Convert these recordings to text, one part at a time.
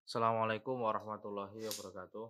Assalamualaikum warahmatullahi wabarakatuh.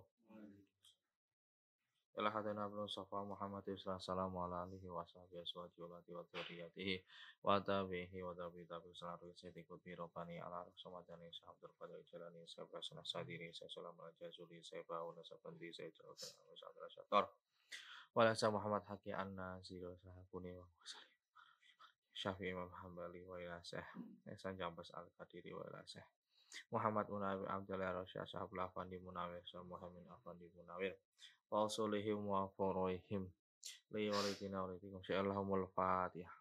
Ila hadana Abdul Mustafa Muhammad sallallahu alaihi wa sahbihi wa dzurriyyatihi wa tabihi wa tabi tabi salatu sayyidi qutbi robbani ala rasulmadani sahabdur qadri jalani sabra sunnah sadiri sallallahu alaihi jazuli sayfa wa nasabandi sayyidul syator wala sa Muhammad haqi anna ziro sahakuni wa Syafi'i Imam Hambali wa ila Ihsan Jambas Al-Qadiri wa ila Muhammad Munawir Abdullah Rasyid Sahabul Afandi Munawir Muhammad Afandi Munawir wa usulihim wa furuihim li walidina walidikum sya'allahumul fatihah.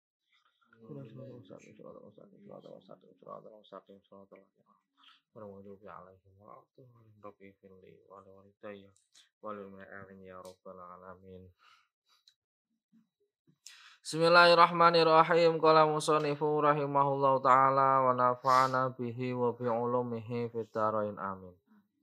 Bismillahirrahmanirrahim. Qala musannifu rahimahullahu taala wa nafa'ana bihi wa bi ulumihi fid dharain amin.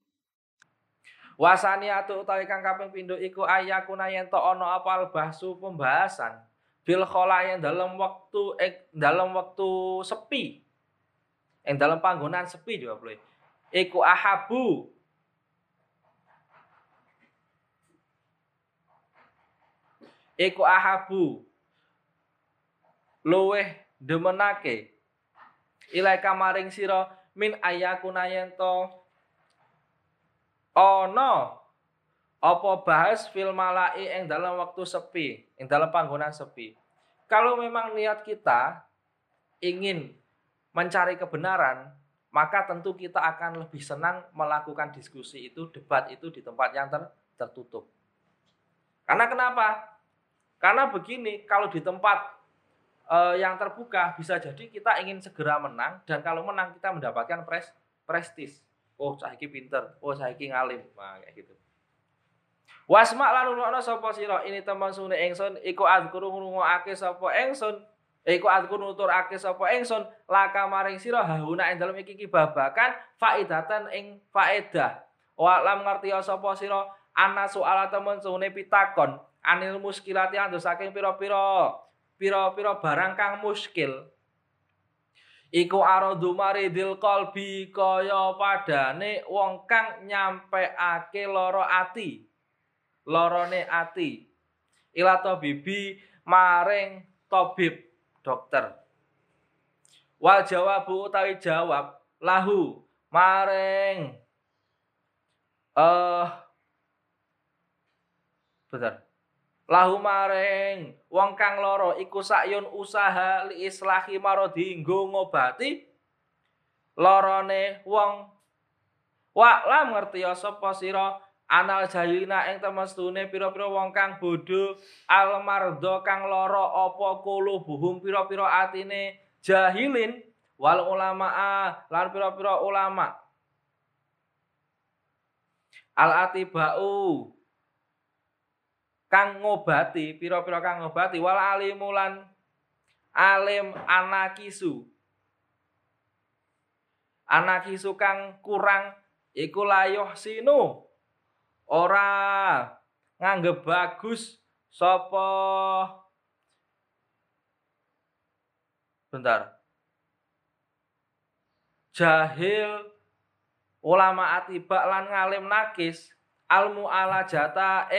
Wasaniatu utawi kang kaping pindho iku ayakuna yen to ana apa bahsu pembahasan bil khala yen dalam waktu sepi. Ing dalam panggonan sepi juga boleh. Iku ahabu luweh demenake ilai kamaring sira min ayakuna yen to ana apa bahas fil malai ing dalam waktu sepi, ing dalam panggonan sepi. Kalau memang niat kita ingin mencari kebenaran, maka tentu kita akan lebih senang melakukan diskusi itu, debat itu di tempat yang tertutup. Karena kenapa? Karena begini, kalau di tempat yang terbuka bisa jadi kita ingin segera menang, dan kalau menang kita mendapatkan prestis. Oh, saiki pinter, oh saiki ngalim, nah, kayak gitu. Wasma lan ngrungokno sapa sira ini teman sune ingsun iku azkuru ngrungokake sapa ingsun iku azkuru nuturake sapa ingsun laka maring sira hauna ing dalem iki babakan faidatan ing faedah wa lam ngerti sapa sira ana soal temen sune pitakon anil muskilati ando saking pira-pira barang kang muskil iku aradu maridil qalbi kaya padane wong kang nyampeake lorone ati ila tabibi maring tabib dokter wal jawabu utawi jawab lahu maring lahu maring wong kang loro iku sakyun usaha li islahi maradi nggo ngobati lorone wong wa lam ngerti sapa sira anal jahilina ing temestune pira-pira wong kang bodho almardo kang loro apa kulubuhum pira-pira atine jahilin wal ulamaa lan pira-pira ulama al atibau kang ngobati pira-pira kang ngobati wal alimulan alim anakisu kang kurang iku layuh sinu ora nganggep bagus sapa jahil ulama atibak lan ngalim nakis almu ala jata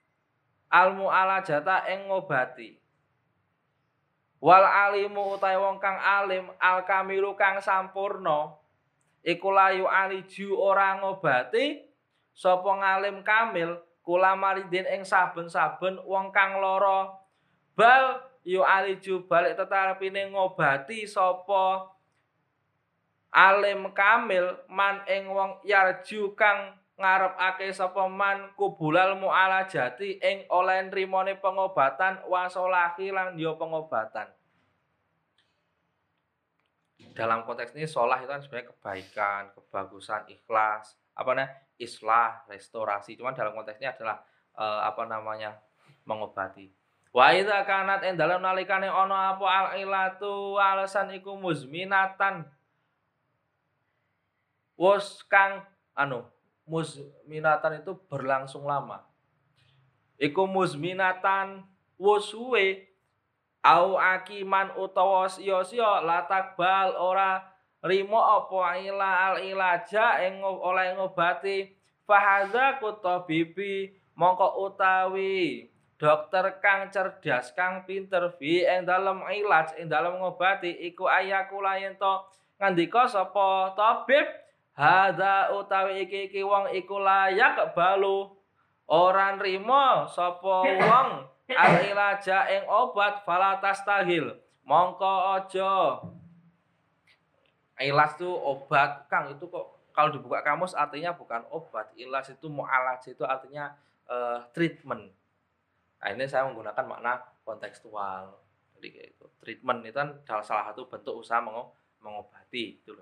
ing ngobati wal alimu utawi wong kang alim al kamilu kang sampurna iku layu aliju ora ngobati sapa ngalim kamil kula maridin ing saben-saben wong kang lara bal yu aliju balik tetarepine ngobati sapa alim kamil man ing wong yarju kang ngarepake sapa man kubulal mualajati ing oleh nrimane pengobatan wasolahi lan yo pengobatan. Dalam konteks ini solah itu kan sebenarnya kebaikan, kebagusan, ikhlas, islah, restorasi. Cuman dalam konteks ini adalah mengobati. Wa idza kanat ing dalem nalikane ana apa al ilatu alasan iku muzminatan wos kang muzminatan itu berlangsung lama. Iku muzminatan wos suwe au akiman utawa sia-sia latakbal ora rimo apa al ilaja ing oleh ngobati fahadza kutabibi mongko utawi dokter kang cerdas kang pinter fi ing dalem ilaj ing dalem ngobati iku ayakula yen to ngandika sapa tabib hadza utawi iki wong iku layak balu ora nrimo sapa wong al ilaja ing obat falatas tahil mongko aja. Ilas itu obat, Kang. Itu kok kalau dibuka kamus artinya bukan obat. Ilas itu mu'alaj itu artinya treatment. Nah, ini saya menggunakan makna kontekstual. Jadi kayak itu. Treatment itu kan salah satu bentuk usaha mengobati itu loh.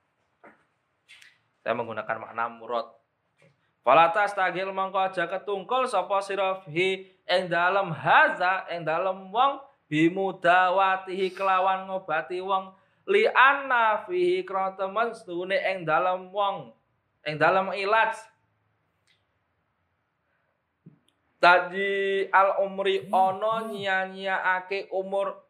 Saya menggunakan makna murad. Falatas tagil mongko aja ketungkul sapa sira fi ing dalem haza ing dalem wong bimudawatihi kelawan ngobati wong li anna fihi krotemen stune ing dalem wong ing dalem ilaj tadi al umri ono nyia-nyiaake umur.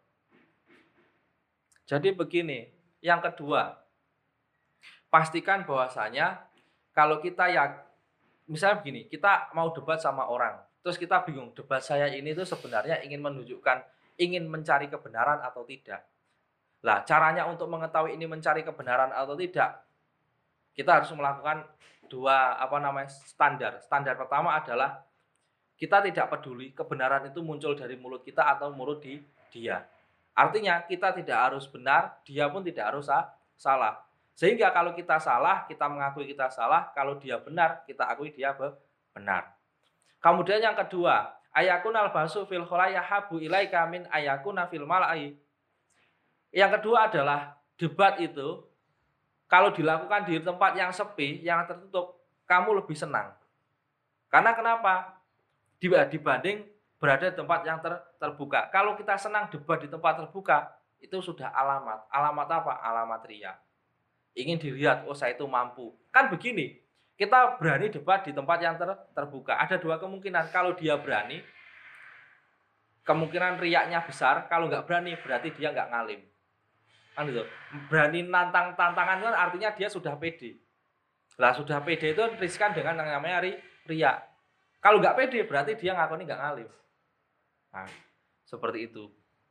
Jadi begini, yang kedua, pastikan bahwasanya kalau kita ya misalnya begini, kita mau debat sama orang, terus kita bingung debat saya ini tuh sebenarnya ingin menunjukkan ingin mencari kebenaran atau tidak. Lah, caranya untuk mengetahui ini mencari kebenaran atau tidak, kita harus melakukan dua standar. Standar pertama adalah kita tidak peduli kebenaran itu muncul dari mulut kita atau mulut dia. Artinya kita tidak harus benar, dia pun tidak harus salah. Sehingga kalau kita salah, kita mengakui kita salah, kalau dia benar, kita akui dia benar. Kemudian yang kedua, ayakun al-basu fil khulaya habu ilaika min ayakuna fil malai. Yang kedua adalah debat itu kalau dilakukan di tempat yang sepi, yang tertutup, kamu lebih senang. Karena kenapa? Dibanding berada di tempat yang terbuka. Kalau kita senang debat di tempat terbuka, itu sudah alamat. Alamat apa? Alamat ria. Ingin dilihat, oh saya itu mampu. Kan begini, kita berani debat di tempat yang terbuka. Ada dua kemungkinan. Kalau dia berani, kemungkinan riaknya besar. Kalau nggak berani, berarti dia nggak ngalim. Kan gitu. Berani nantang tantangan kan artinya dia sudah pede. Lah sudah pede itu riskan dengan yang namanya riak. Kalau nggak pede berarti dia ngakoni nggak ngalim. Nah, seperti itu.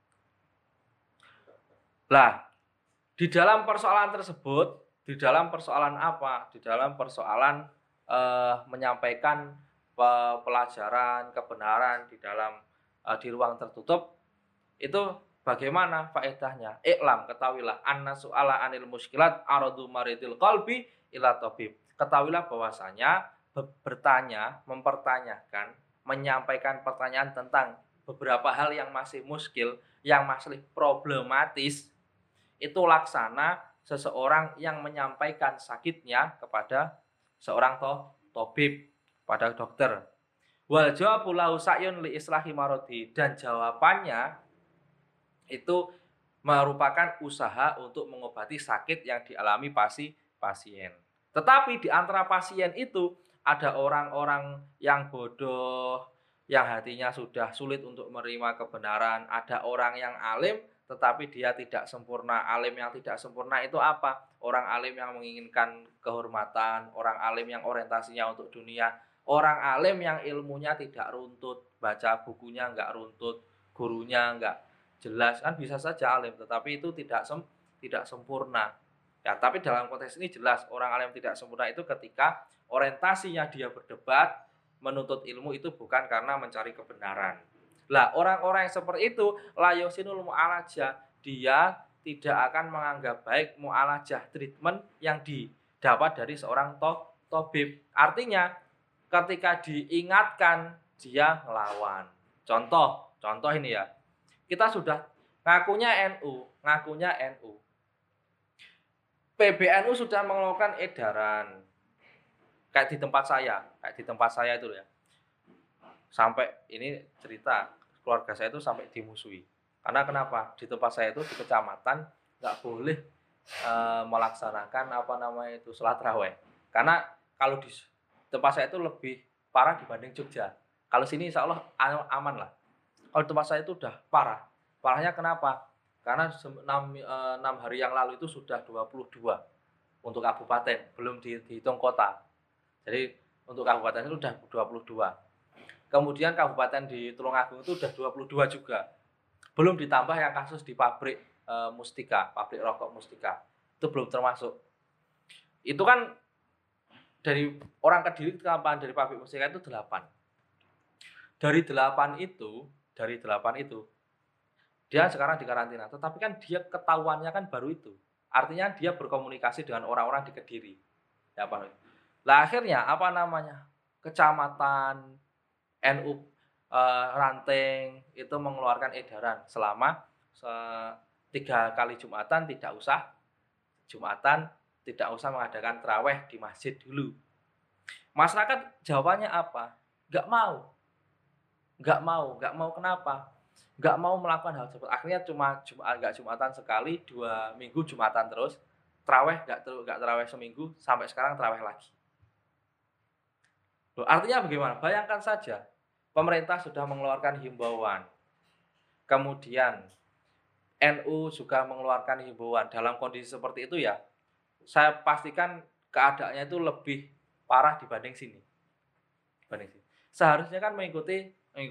Lah, di dalam persoalan tersebut, di dalam persoalan apa? Di dalam persoalan menyampaikan pelajaran kebenaran di dalam di ruang tertutup itu bagaimana faedahnya? Iklam, ketahuilah anna su'ala anil muskilat aradu maridil qalbi ila tabib. Ketahuilah bahwasanya bertanya, mempertanyakan, menyampaikan pertanyaan tentang beberapa hal yang masih muskil, yang masih problematis, itu laksana seseorang yang menyampaikan sakitnya kepada seorang tabib, pada dokter. Wal jawabu lahu sa'yun li islahi maradi, dan jawabannya itu merupakan usaha untuk mengobati sakit yang dialami pasien. Tetapi di antara pasien itu ada orang-orang yang bodoh, yang hatinya sudah sulit untuk menerima kebenaran. Ada orang yang alim tetapi dia tidak sempurna. Alim yang tidak sempurna itu apa? Orang alim yang menginginkan kehormatan, orang alim yang orientasinya untuk dunia, orang alim yang ilmunya tidak runtut, baca bukunya enggak runtut, gurunya enggak jelas, kan bisa saja alim tetapi itu tidak sempurna. Ya, tapi dalam konteks ini jelas orang alim tidak sempurna itu ketika orientasinya dia berdebat, menuntut ilmu itu bukan karena mencari kebenaran. Lah, orang-orang yang seperti itu la yusinul mu'alajah, dia tidak akan menganggap baik mu'alajah treatment yang didapat dari seorang tabib. Artinya ketika diingatkan dia ngelawan. Contoh ini ya. Kita sudah ngakunya NU. PBNU sudah mengeluarkan edaran. Kayak di tempat saya itu ya. Sampai ini cerita keluarga saya itu sampai dimusuhi. Karena kenapa? Di tempat saya itu di kecamatan nggak boleh melaksanakan sholat tarawih. Karena kalau di tempat saya itu lebih parah dibanding Jogja. Kalau sini insya Allah aman lah. Kalau tempat saya itu udah parah. Parahnya kenapa? Karena 6 hari yang lalu itu sudah 22 untuk kabupaten, belum dihitung kota. Jadi untuk kabupaten itu sudah 22. Kemudian kabupaten di Tulungagung itu sudah 22 juga. Belum ditambah yang kasus di pabrik Mustika, pabrik rokok Mustika. Itu belum termasuk. Itu kan dari orang Kediri tambahan dari pabrik Mustika itu 8. Dari 8 itu dia sekarang di karantina, tetapi kan dia ketahuannya kan baru itu. Artinya dia berkomunikasi dengan orang-orang di Kediri. Ya, Pak. Lah akhirnya apa namanya? Kecamatan NU Ranteng itu mengeluarkan edaran selama 3 kali Jumatan tidak usah mengadakan traweh di masjid dulu. Masyarakat jawabannya apa? Nggak mau. Nggak mau kenapa? Nggak mau melakukan hal tersebut. Akhirnya nggak Jumatan sekali, 2 minggu Jumatan terus. Traweh nggak traweh seminggu, sampai sekarang traweh lagi. Loh, artinya bagaimana? Bayangkan saja, pemerintah sudah mengeluarkan himbauan. Kemudian NU juga mengeluarkan himbauan. Dalam kondisi seperti itu ya, saya pastikan keadaannya itu lebih parah dibanding sini. Seharusnya kan mengikuti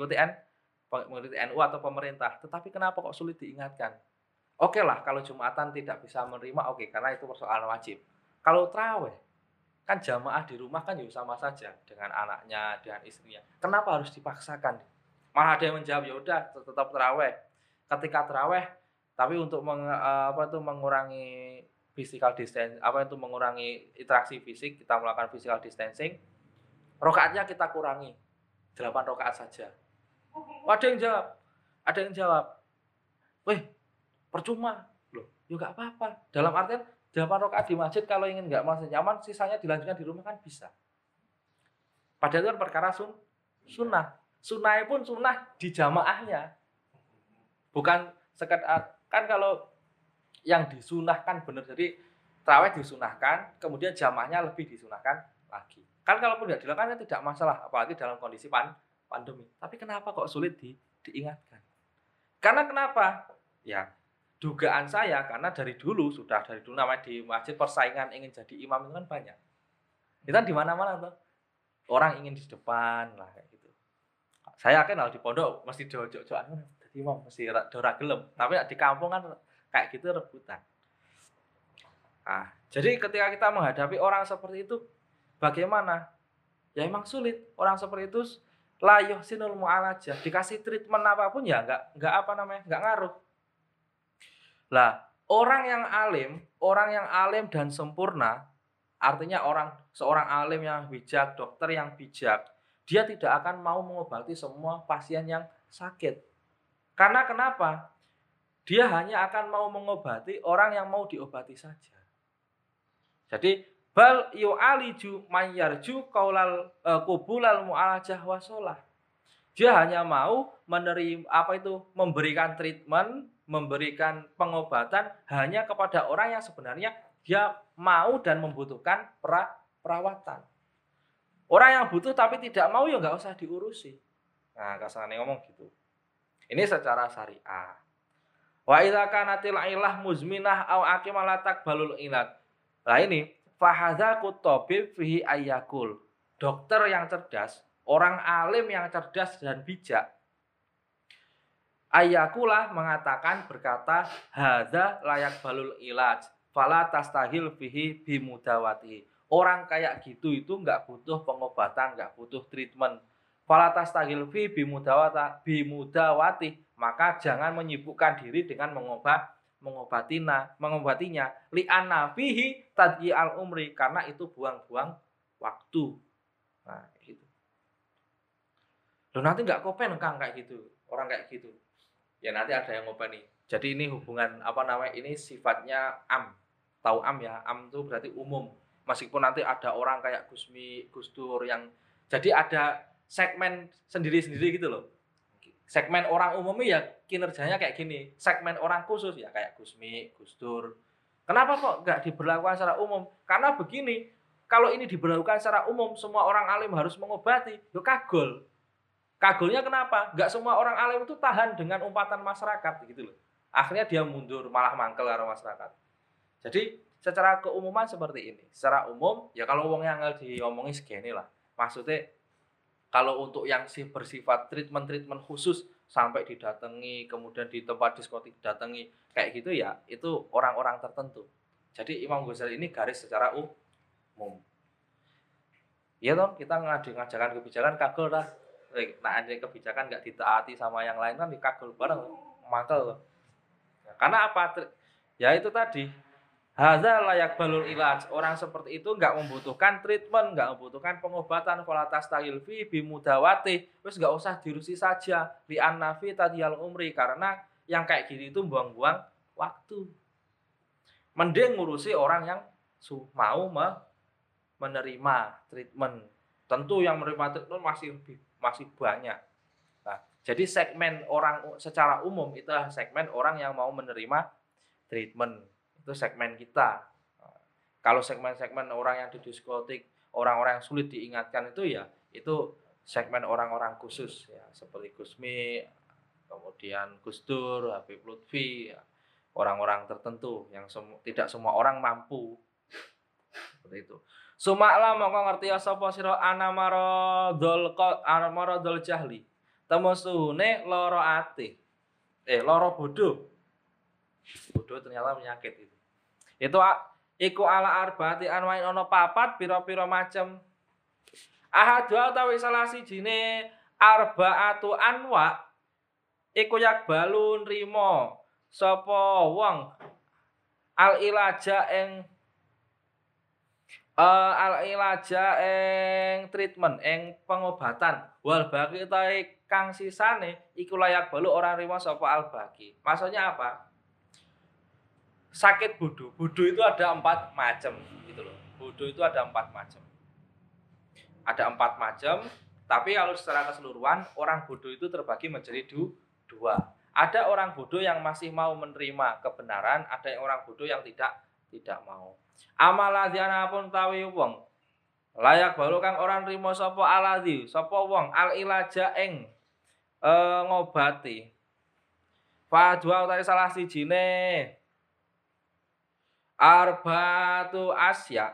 NU atau pemerintah, tetapi kenapa kok sulit diingatkan? Oke lah, kalau Jumatan tidak bisa menerima, oke, karena itu persoalan wajib. Kalau traweh, kan jamaah di rumah kan juga sama saja dengan anaknya, dengan istrinya. Kenapa harus dipaksakan? Malah ada yang menjawab, ya udah tetap traweh. Ketika traweh, tapi untuk mengurangi physical distancing, mengurangi interaksi fisik, kita melakukan physical distancing, rokaatnya kita kurangi 8 rokaat saja. Ada yang jawab, weh, percuma. Loh, ya nggak apa-apa. Dalam artian 8 rakaat di masjid kalau ingin nggak merasa nyaman, sisanya dilanjutkan di rumah kan bisa. Padahal itu kan perkara sunnah. Sunnahnya pun sunnah di jamaahnya. Bukan sekedar, kan kalau yang disunahkan benar, jadi tarawih disunahkan, kemudian jamaahnya lebih disunahkan lagi. Kan kalaupun nggak dilakukan kan tidak masalah, apalagi dalam kondisi pandemi. Tapi kenapa kok sulit diingatkan? Karena kenapa? Ya, dugaan saya karena dari dulu namanya di masjid persaingan ingin jadi imam itu kan banyak. Itu kan di mana-mana tuh. Orang ingin di depan lah kayak gitu. Saya yakin kalau di pondok mesti jojo-jojoan jadi imam mesti ora gelem. Tapi di kampung kan kayak gitu rebutan. Nah, jadi ketika kita menghadapi orang seperti itu bagaimana? Ya emang sulit. Orang seperti itu la yuhsinul mu'alajah, dikasih treatment apapun ya nggak ngaruh. Lah, orang yang alim dan sempurna, artinya seorang alim yang bijak, dokter yang bijak, dia tidak akan mau mengobati semua pasien yang sakit. Karena kenapa? Dia hanya akan mau mengobati orang yang mau diobati saja. Jadi bal yu'aliju mayyarju qaulal qubulal mu'alajah wasolah. Dia hanya mau memberikan treatment, memberikan pengobatan hanya kepada orang yang sebenarnya dia mau dan membutuhkan perawatan. Orang yang butuh tapi tidak mau ya nggak usah diurusi. Nah, kasarnya ngomong gitu. Ini secara syariah. Wa idza kanatil ilah muzminah au aqimalatak balul ilat. Nah ini fahadzaku tabib fihi ayyakul. Dokter yang cerdas, orang alim yang cerdas dan bijak, ayakulah berkata hadza layak balul ilaj fala tastahil fihi bimudawati. Orang kayak gitu itu nggak butuh pengobatan, nggak butuh treatment. Fala tastahil fihi bimudawati, maka jangan menyibukkan diri dengan mengobatinya li'anna fihi tadyi'al umri, karena itu buang-buang waktu. Nah, gitu. Loh, nanti nggak kopen Kang kayak gitu, orang kayak gitu. Ya nanti ada yang ngopeni. Jadi ini hubungan ini sifatnya am. Tahu am ya? Am itu berarti umum. Meskipun nanti ada orang kayak Gusmi, Gusdur yang jadi ada segmen sendiri-sendiri gitu loh. Segmen orang umumnya ya kinerjanya kayak gini. Segmen orang khusus ya kayak Gusmi, Gusdur. Kenapa kok nggak diberlakukan secara umum? Karena begini, kalau ini diberlakukan secara umum, semua orang alim harus mengobati, yo kagol. Kagolnya kenapa? Nggak semua orang alim itu tahan dengan umpatan masyarakat gitu loh. Akhirnya dia mundur, malah mangkel karo masyarakat. Jadi secara keumuman seperti ini. Secara umum ya kalau wong yang diomongi segini lah. Maksudnya kalau untuk yang bersifat treatment khusus sampai didatangi, kemudian di tempat diskotik didatangi kayak gitu ya, itu orang-orang tertentu. Jadi Imam Ghazali ini garis secara umum. Iya toh, kita ngajarkan kebijakan kagul lah. Nah, ada kebijakan nggak ditaati sama yang lain kan dikagul bareng, mantel. Ya, karena apa? Ya itu tadi. Hadza layak balul ilaj. Orang seperti itu nggak membutuhkan treatment, nggak membutuhkan pengobatan. Falatas tayilfi bimudawati. Terus nggak usah dirusi saja. Li annafi tadiyal umri. Karena yang kayak gini itu buang-buang waktu. Mending ngurusi orang yang mau menerima treatment. Tentu yang menerima treatment masih banyak. Nah, jadi segmen orang secara umum itu adalah segmen orang yang mau menerima treatment. Itu segmen kita. Kalau segmen-segmen orang yang di diskotik, orang-orang yang sulit diingatkan itu ya, itu segmen orang-orang khusus ya, seperti Gusmi, kemudian Gus Dur, Habib Lutfi, ya, orang-orang tertentu yang tidak semua orang mampu. Seperti itu. Sumakla mongko ngerti sapa sira anamaradul jahli. Temusune lara ati. Lara bodoh. Bodoh ternyata penyakit itu. Itu iku ala arba'ati anwain ana papat pira-pira macem. Ahadu utawi salah sijine arba'atu anwa iku yak balun rimo sapa wong al ilaja ing treatment ing pengobatan wal baqi tae kang sisane iku layak balu orang rimo sapa al baqi. Maksudnya apa? Sakit bodoh. Bodoh itu ada 4 macam gitu loh. Bodoh itu ada 4 macam. Ada 4 macam, tapi kalau secara keseluruhan orang bodoh itu terbagi menjadi 2. Ada orang bodoh yang masih mau menerima kebenaran, ada yang orang bodoh yang tidak mau. Amaladhiana pun tawi wong layak baru kang orang rimo sapa aladhi sapa wong al ilaja ing ngobati. Fadwa utawi salah sijine arbatu asya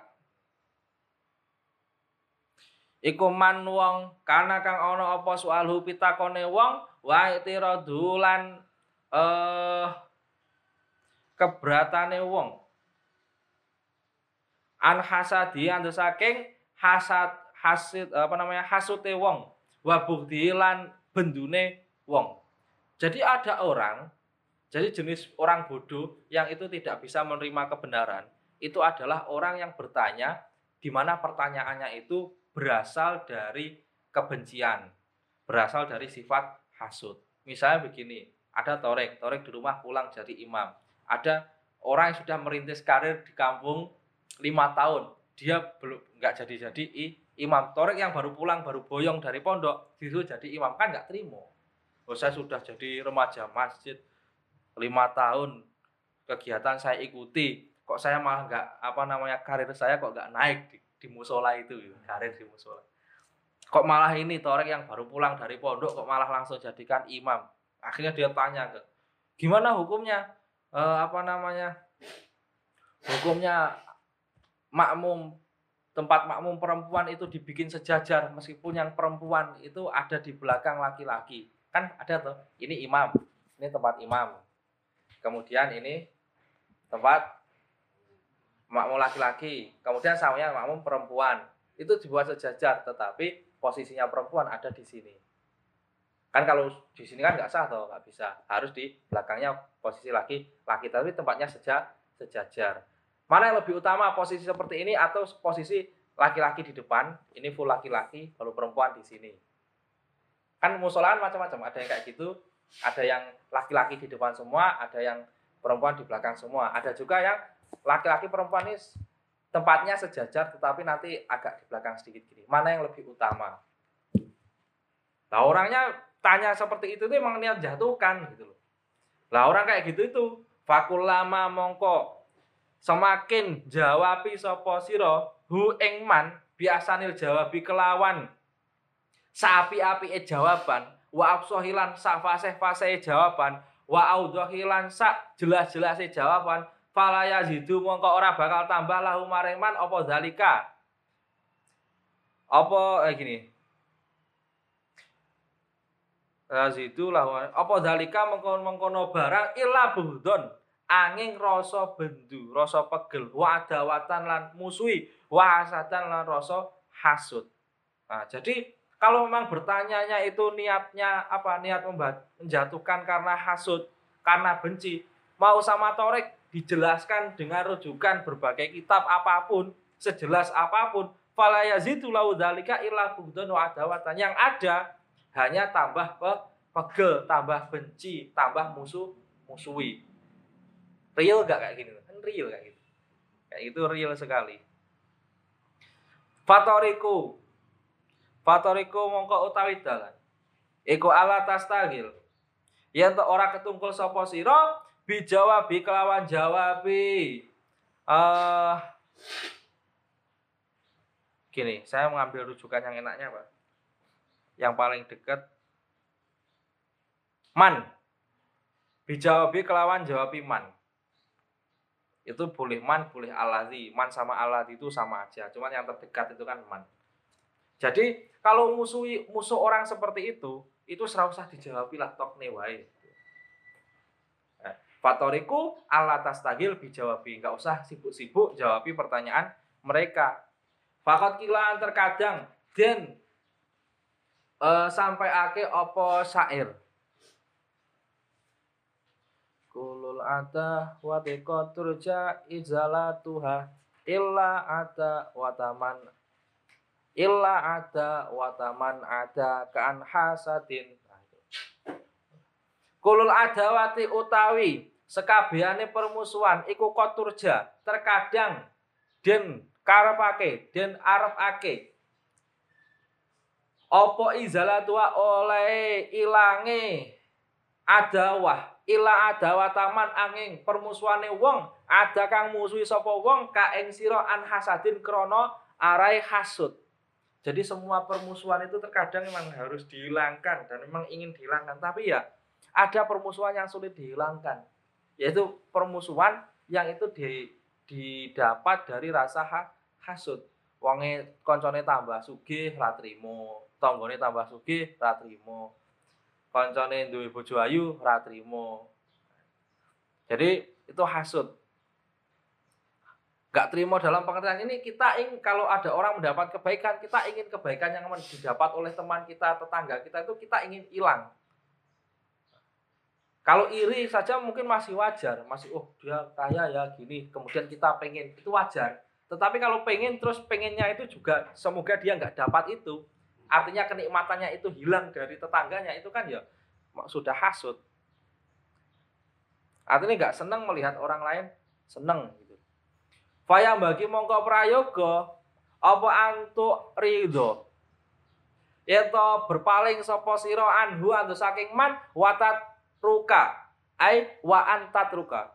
iku man wong kana kang ana apa soalhu pitakone wong wa itiradulan kebratane wong an hasadi ando saking hasute wong wa bukdilan bendune wong. Jadi ada orang, jadi jenis orang bodoh yang itu tidak bisa menerima kebenaran, itu adalah orang yang bertanya di mana pertanyaannya itu berasal dari kebencian, berasal dari sifat hasud. Misalnya begini, ada Torek di rumah pulang jadi imam. Ada orang yang sudah merintis karir di kampung 5 tahun, dia belum nggak jadi imam. Torek yang baru pulang, baru boyong dari pondok, disuruh jadi imam, kan nggak terima. Oh, saya sudah jadi remaja masjid 5 tahun, kegiatan saya ikuti, kok saya malah nggak karir saya kok nggak naik di musola itu, karir di musola. Kok malah ini Torek yang baru pulang dari pondok kok malah langsung jadikan imam. Akhirnya dia tanya gimana hukumnya hukumnya makmum, tempat makmum perempuan itu dibikin sejajar meskipun yang perempuan itu ada di belakang laki-laki. Kan ada tuh, ini imam, ini tempat imam. Kemudian ini tempat makmum laki-laki. Kemudian sawahnya makmum perempuan. Itu dibuat sejajar, tetapi posisinya perempuan ada di sini. Kan kalau di sini kan nggak sah toh, nggak bisa. Harus di belakangnya posisi laki-laki, tapi tempatnya sejajar. Mana yang lebih utama, posisi seperti ini atau posisi laki-laki di depan, ini full laki-laki, lalu perempuan di sini. Kan musolaan macam-macam, ada yang kayak gitu, ada yang laki-laki di depan semua, ada yang perempuan di belakang semua. Ada juga yang laki-laki perempuan ini tempatnya sejajar, tetapi nanti agak di belakang sedikit gini. Mana yang lebih utama? Nah orangnya tanya seperti itu memang niat jatuhkan gitu loh. Lah orang kayak gitu itu fakulama mongko semakin jawabi sapa sira hu ing man biasanil jawabi kelawan saapi-apike jawaban wa absohilan safaseh-faseh jawaban wa audhahi lan sak jelas-jelase jawaban fala yazidu mongko ora bakal tambah lahu maring man apa zalika. Apa gini. Yazidu lahu apa zalika mengkono barang illa buhdon angin rasa bendu, rasa pegel, wa adawatan lan musuhi, wa hasadan lan rasa hasud. Nah, jadi kalau memang bertanyanya itu niatnya apa? Niat menjatuhkan karena hasud, karena benci, mau sama Torik dijelaskan dengan rujukan berbagai kitab apapun, sejelas apapun, fala yazidu lahu dzalika illa bughdhan wa adawatan. Yang ada hanya tambah pegel, tambah benci, tambah musuhi. Real gak kayak gini? Kan real kayak gitu. Kayak itu real sekali. Fatoriku mongko utawi dalan. Iku ala tastagil. Yen to ora ketungkul sapa sira bijawabi kelawan jawabi. Gini, saya mengambil rujukan yang enaknya, Pak. Yang paling dekat man. Bijawabi kelawan jawabi man. Itu boleh man, boleh alladzi. Man sama alladzi itu sama aja. Cuman yang terdekat itu kan man. Jadi kalau musuh orang seperti itu serah usah dijawab lah tokne wae. Fatoriku ala tastagil bijawabi. Enggak usah sibuk-sibuk jawabi pertanyaan mereka. Fakot kilaan terkadang dan sampai ake opo syair. Kulul ata wa turja izalatuha illa ada wataman ada kan hasadin. Kulul adawati utawi sekabehane permusuhan iku koturja terkadang den karepake den arepake apa izalatua oleh ilange adawah ila adawa taman angin permusuhane wong ada kang musuhi sapa wong ka ing sira an hasadin krana arai hasud. Jadi semua permusuhan itu terkadang memang harus dihilangkan dan memang ingin dihilangkan, tapi ya ada permusuhan yang sulit dihilangkan, yaitu permusuhan yang itu didapat dari rasa hasud. Wonge koncone tambah sugih ra trimo, tanggane tambah sugih ra trimo. Koncone duwe bojo ayu ora trimo. Jadi itu hasud. Gak terima dalam pengertian ini kita ingin kalau ada orang mendapat kebaikan, kita ingin kebaikan yang didapat oleh teman kita, tetangga kita itu kita ingin hilang. Kalau iri saja mungkin masih wajar, masih dia kaya ya gini, kemudian kita pengen, itu wajar. Tetapi kalau pengen terus pengennya itu juga semoga dia nggak dapat itu. Artinya kenikmatannya itu hilang dari tetangganya, itu kan ya sudah hasud. Artinya nggak senang melihat orang lain senang gitu. Faya bagi mongko prayoga apa antuk ridho. Yaitu berpaling sapa sira anhu antu saking man watat ruka ai wa antat ruka.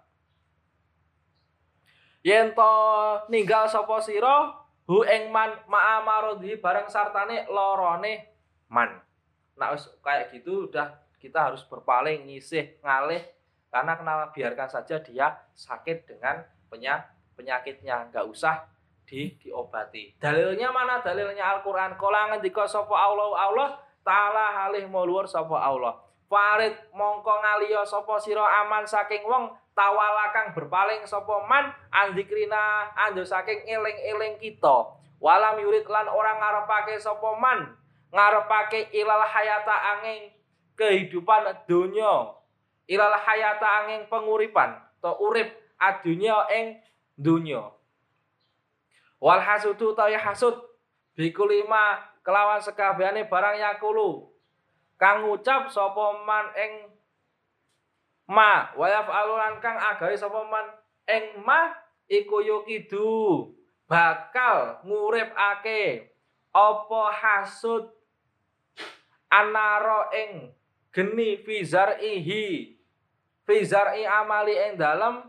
Yen to ninggal sapa sira hu ing man ma'amarodhi bareng sartane lorone man. Nah wis kayak gitu udah kita harus berpaling, nyisih, ngalih karena kenapa biarkan saja dia sakit dengan penyakitnya, enggak usah diobati. Dalilnya mana? Dalilnya Al-Qur'an. Kala ngendika sapa Allah taala halih mulur sapa Allah. Farid mongko ngaliya sapa sira aman saking wong tawala kang berpaling sapa man andzikrina anjo saking eling-eling kita. Walam yurid lan orang ngarepake sapa man ngarepake ilal hayata angin kehidupan dunya. Ilal hayata angin penguripan atau urip adunya ing dunya. Wal hasudu ta hasud bikulima kelawan sekabehane barang yakulu kang ngucap sapa man ing ma wa yaf'alulan kang agawe sapa man ing ma iku yukidu bakal nguripake apa hasud anaro ing geni fizar'i amali ing dalem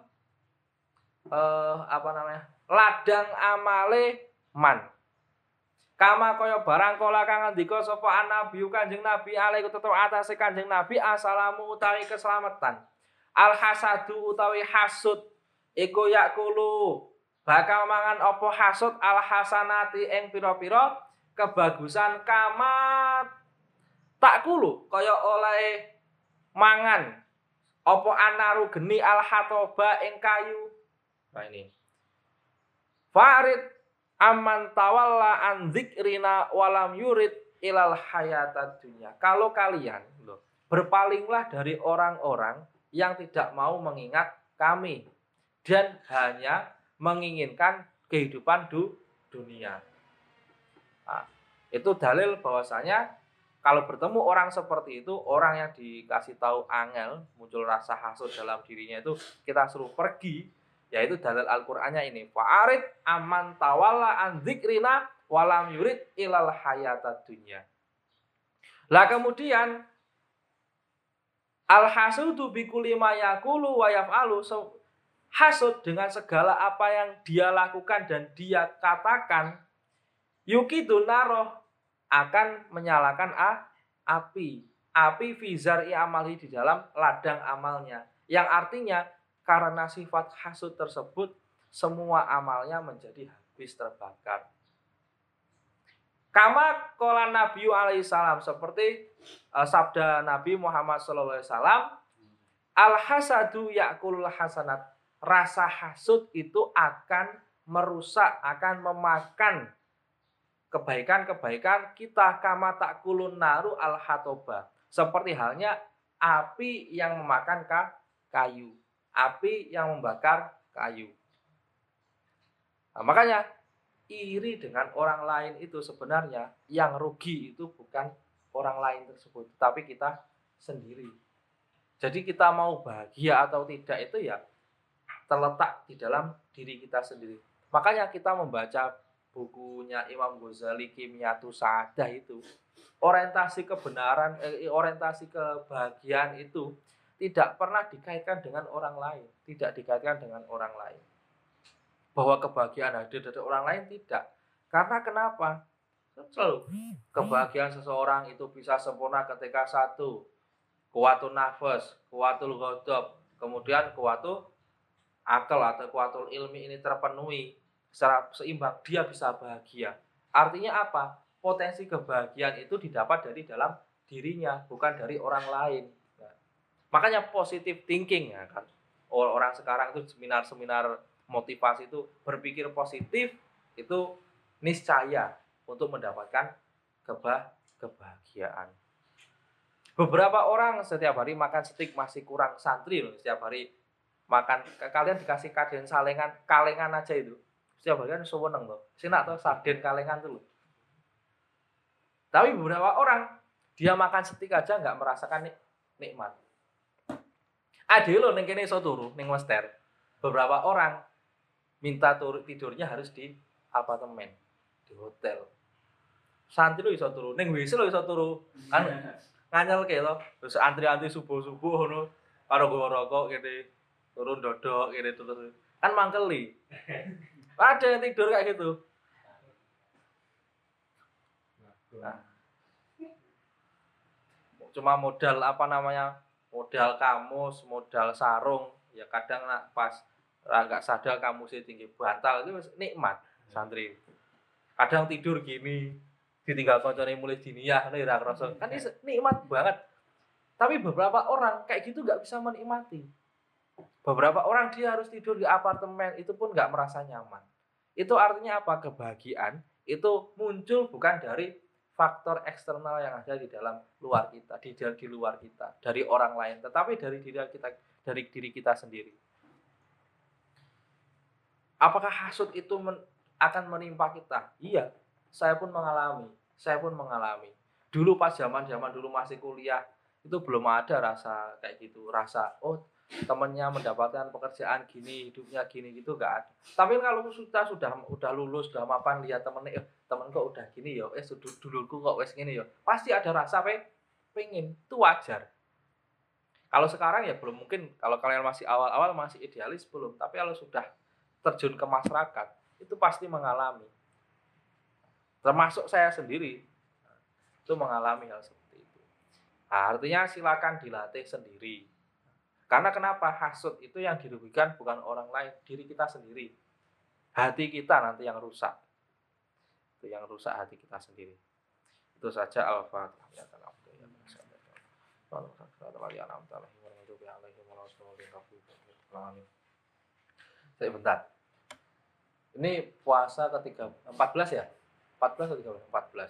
ladang amale man. Kama kaya barang kala kang ngendika sapa Nabi Kanjeng Nabi alaihi tetep atase Kanjeng Nabi assalamu utawi keselamatan. Al hasadu utawi hasud iku yakulu bakal mangan apa hasud al hasanati ing pira-pira kebagusan kama takulu kaya oleh mangan apa anaru geni al hatoba ing kayu. Nah ini. Farid aman tawalla an dzikrina walam yurid ilal hayatad dunya. Kalau kalian berpalinglah dari orang-orang yang tidak mau mengingat kami dan hanya menginginkan kehidupan dunia. Nah, itu dalil bahwasanya kalau bertemu orang seperti itu, orang yang dikasih tahu angel, muncul rasa hasud dalam dirinya itu, kita suruh pergi, yaitu dalil Al-Qur'annya ini. Fa'arid aman tawalla an dzikrina walam yurid ilal hayatad dunya. Lah kemudian al-hasudu bikulli ma yaqulu wa yaf'alu. Hasud dengan segala apa yang dia lakukan dan dia katakan, yukidu naroh akan menyalakan api fizar amali di dalam ladang amalnya, yang artinya karena sifat hasud tersebut semua amalnya menjadi habis terbakar. Kama qala Nabi alaihi salam, seperti sabda Nabi Muhammad sallallahu alaihi wasallam, al hasadu ya'kulul hasanat, rasa hasud itu akan merusak, akan memakan kebaikan-kebaikan kita, kama takulun naru al hatoba, seperti halnya api yang memakan kayu, api yang membakar kayu. Nah, makanya iri dengan orang lain itu sebenarnya yang rugi itu bukan orang lain tersebut, tapi kita sendiri. Jadi kita mau bahagia atau tidak itu ya terletak di dalam diri kita sendiri. Makanya kita membaca bukunya Imam Ghazali Kimyatus Sa'adah itu, orientasi kebenaran, orientasi kebahagiaan itu tidak pernah dikaitkan dengan orang lain, tidak dikaitkan dengan orang lain. Bahwa kebahagiaan hadir dari orang lain tidak. Karena kenapa? Selalu kebahagiaan seseorang itu bisa sempurna ketika satu, kuwatul nafas, kuwatul ghadab, kemudian kuwatul akal atau kuwatul ilmi ini terpenuhi secara seimbang, dia bisa bahagia. Artinya apa? Potensi kebahagiaan itu didapat dari dalam dirinya, bukan dari orang lain. Nah, makanya positive thinking ya kan. Orang sekarang itu seminar-seminar motivasi itu berpikir positif itu niscaya untuk mendapatkan kebahagiaan. Beberapa orang setiap hari makan steak masih kurang santri loh, setiap hari makan, kalian dikasih kaden kalengan aja itu. Setiap hari kan seneng loh. Sinak tuh sarden kalengan tuh loh. Tapi beberapa orang dia makan steak aja nggak merasakan nikmat. Ada loh neng kene iso turu neng Wester. Beberapa orang minta tidurnya harus di apartemen, di hotel. Santri lo iso turu, neng WC lo iso turu. Kan nganyel kayak lo, terus antri-antri subuh-subuh ngono, karo gowo rokok gitu, turun dodok gitu terus. Kan mangkeli. Ada yang tidur kayak gitu. Nah, cuma modal apa namanya, modal kamus, modal sarung, ya kadang pas nggak sadar kamusnya tinggi bantal itu nikmat santri. Kadang tidur gini, ditinggal koncone mulai diniyah, nih ra kerasa. Kan ini nikmat banget. Tapi beberapa orang kayak gitu nggak bisa menikmati. Beberapa orang dia harus tidur di apartemen, itu pun nggak merasa nyaman. Itu artinya apa? Kebahagiaan itu muncul bukan dari faktor eksternal yang ada di dalam luar kita, di luar kita, dari orang lain, tetapi dari diri kita sendiri. Apakah hasud itu akan menimpa kita? Iya, saya pun mengalami. Dulu pas zaman dulu masih kuliah, itu belum ada rasa kayak gitu, rasa temennya mendapatkan pekerjaan gini, hidupnya gini gitu nggak ada. Tapi kalau sudah lulus, sudah mapan, lihat temennya, temen kok udah gini ya, dulurku kok wes gini ya, pasti ada rasa pengen, itu wajar. Kalau sekarang ya belum, mungkin kalau kalian masih awal-awal masih idealis belum, tapi kalau sudah terjun ke masyarakat itu pasti mengalami. Termasuk saya sendiri itu mengalami hal seperti itu. Nah, artinya silakan dilatih sendiri. Karena kenapa? Hasud itu yang dirugikan bukan orang lain, diri kita sendiri. Hati kita nanti yang rusak. Itu yang rusak hati kita sendiri. Itu saja Al-Fatihah. Ya Saya bentar. Ini puasa ketiga 14 ya? 14 atau 13? 14.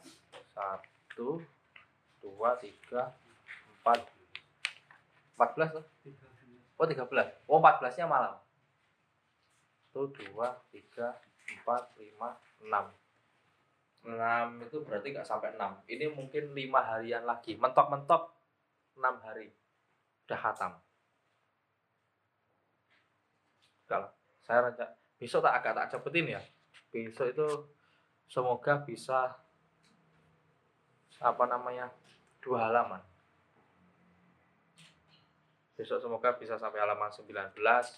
1 2 3 4 14 tuh. Oh 13. Oh 14-nya malam. 1 2 3 4 5 6. 6 itu berarti nggak sampai 6. Ini mungkin 5 harian lagi. Mentok-mentok 6 hari. Udah khatam. Kalau saya rencana besok agak tak cepetin ya. Besok itu semoga bisa 2 halaman. Besok semoga bisa sampai halaman 19.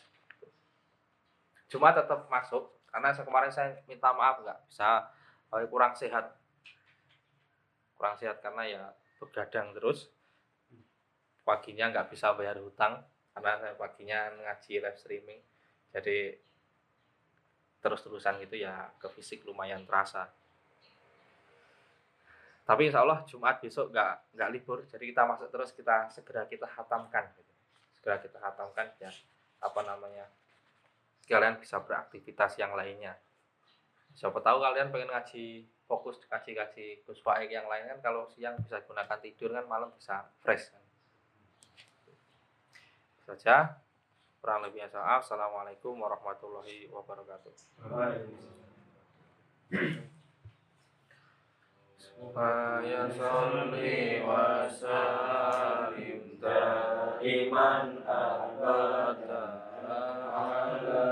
Cuma tetap masuk karena kemarin saya minta maaf nggak bisa, kurang sehat karena ya begadang terus. Paginya nggak bisa bayar hutang karena saya paginya ngaji live streaming. Jadi terus-terusan gitu ya ke fisik lumayan terasa. Tapi insya Allah Jumat besok nggak libur, jadi kita masuk terus, segera kita hatamkan, gitu. Segera kita hatamkan ya kalian bisa beraktivitas yang lainnya. Siapa tahu kalian pengen ngaji fokus ngaji Gus Faik yang lain kan, kalau siang bisa gunakan tidur kan, malam bisa fresh kan. Saja kurang lebihnya saya. Assalamualaikum warahmatullahi wabarakatuh. Ya sholli wa sallim daiman abada ala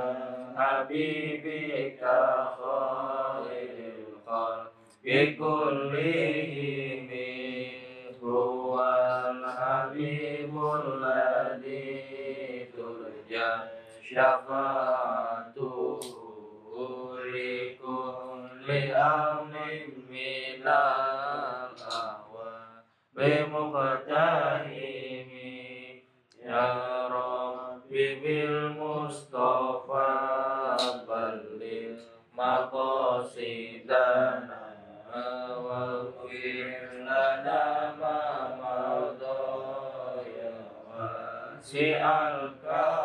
habibika khairil khalqi kullihim huwal habibul ladzi turja syafa'atuhu likulli amrin minal ahwa bimuqtahimi ya Rabbi bil Mustafa balil maqasidana waghfir lana ma madha ya wasi'al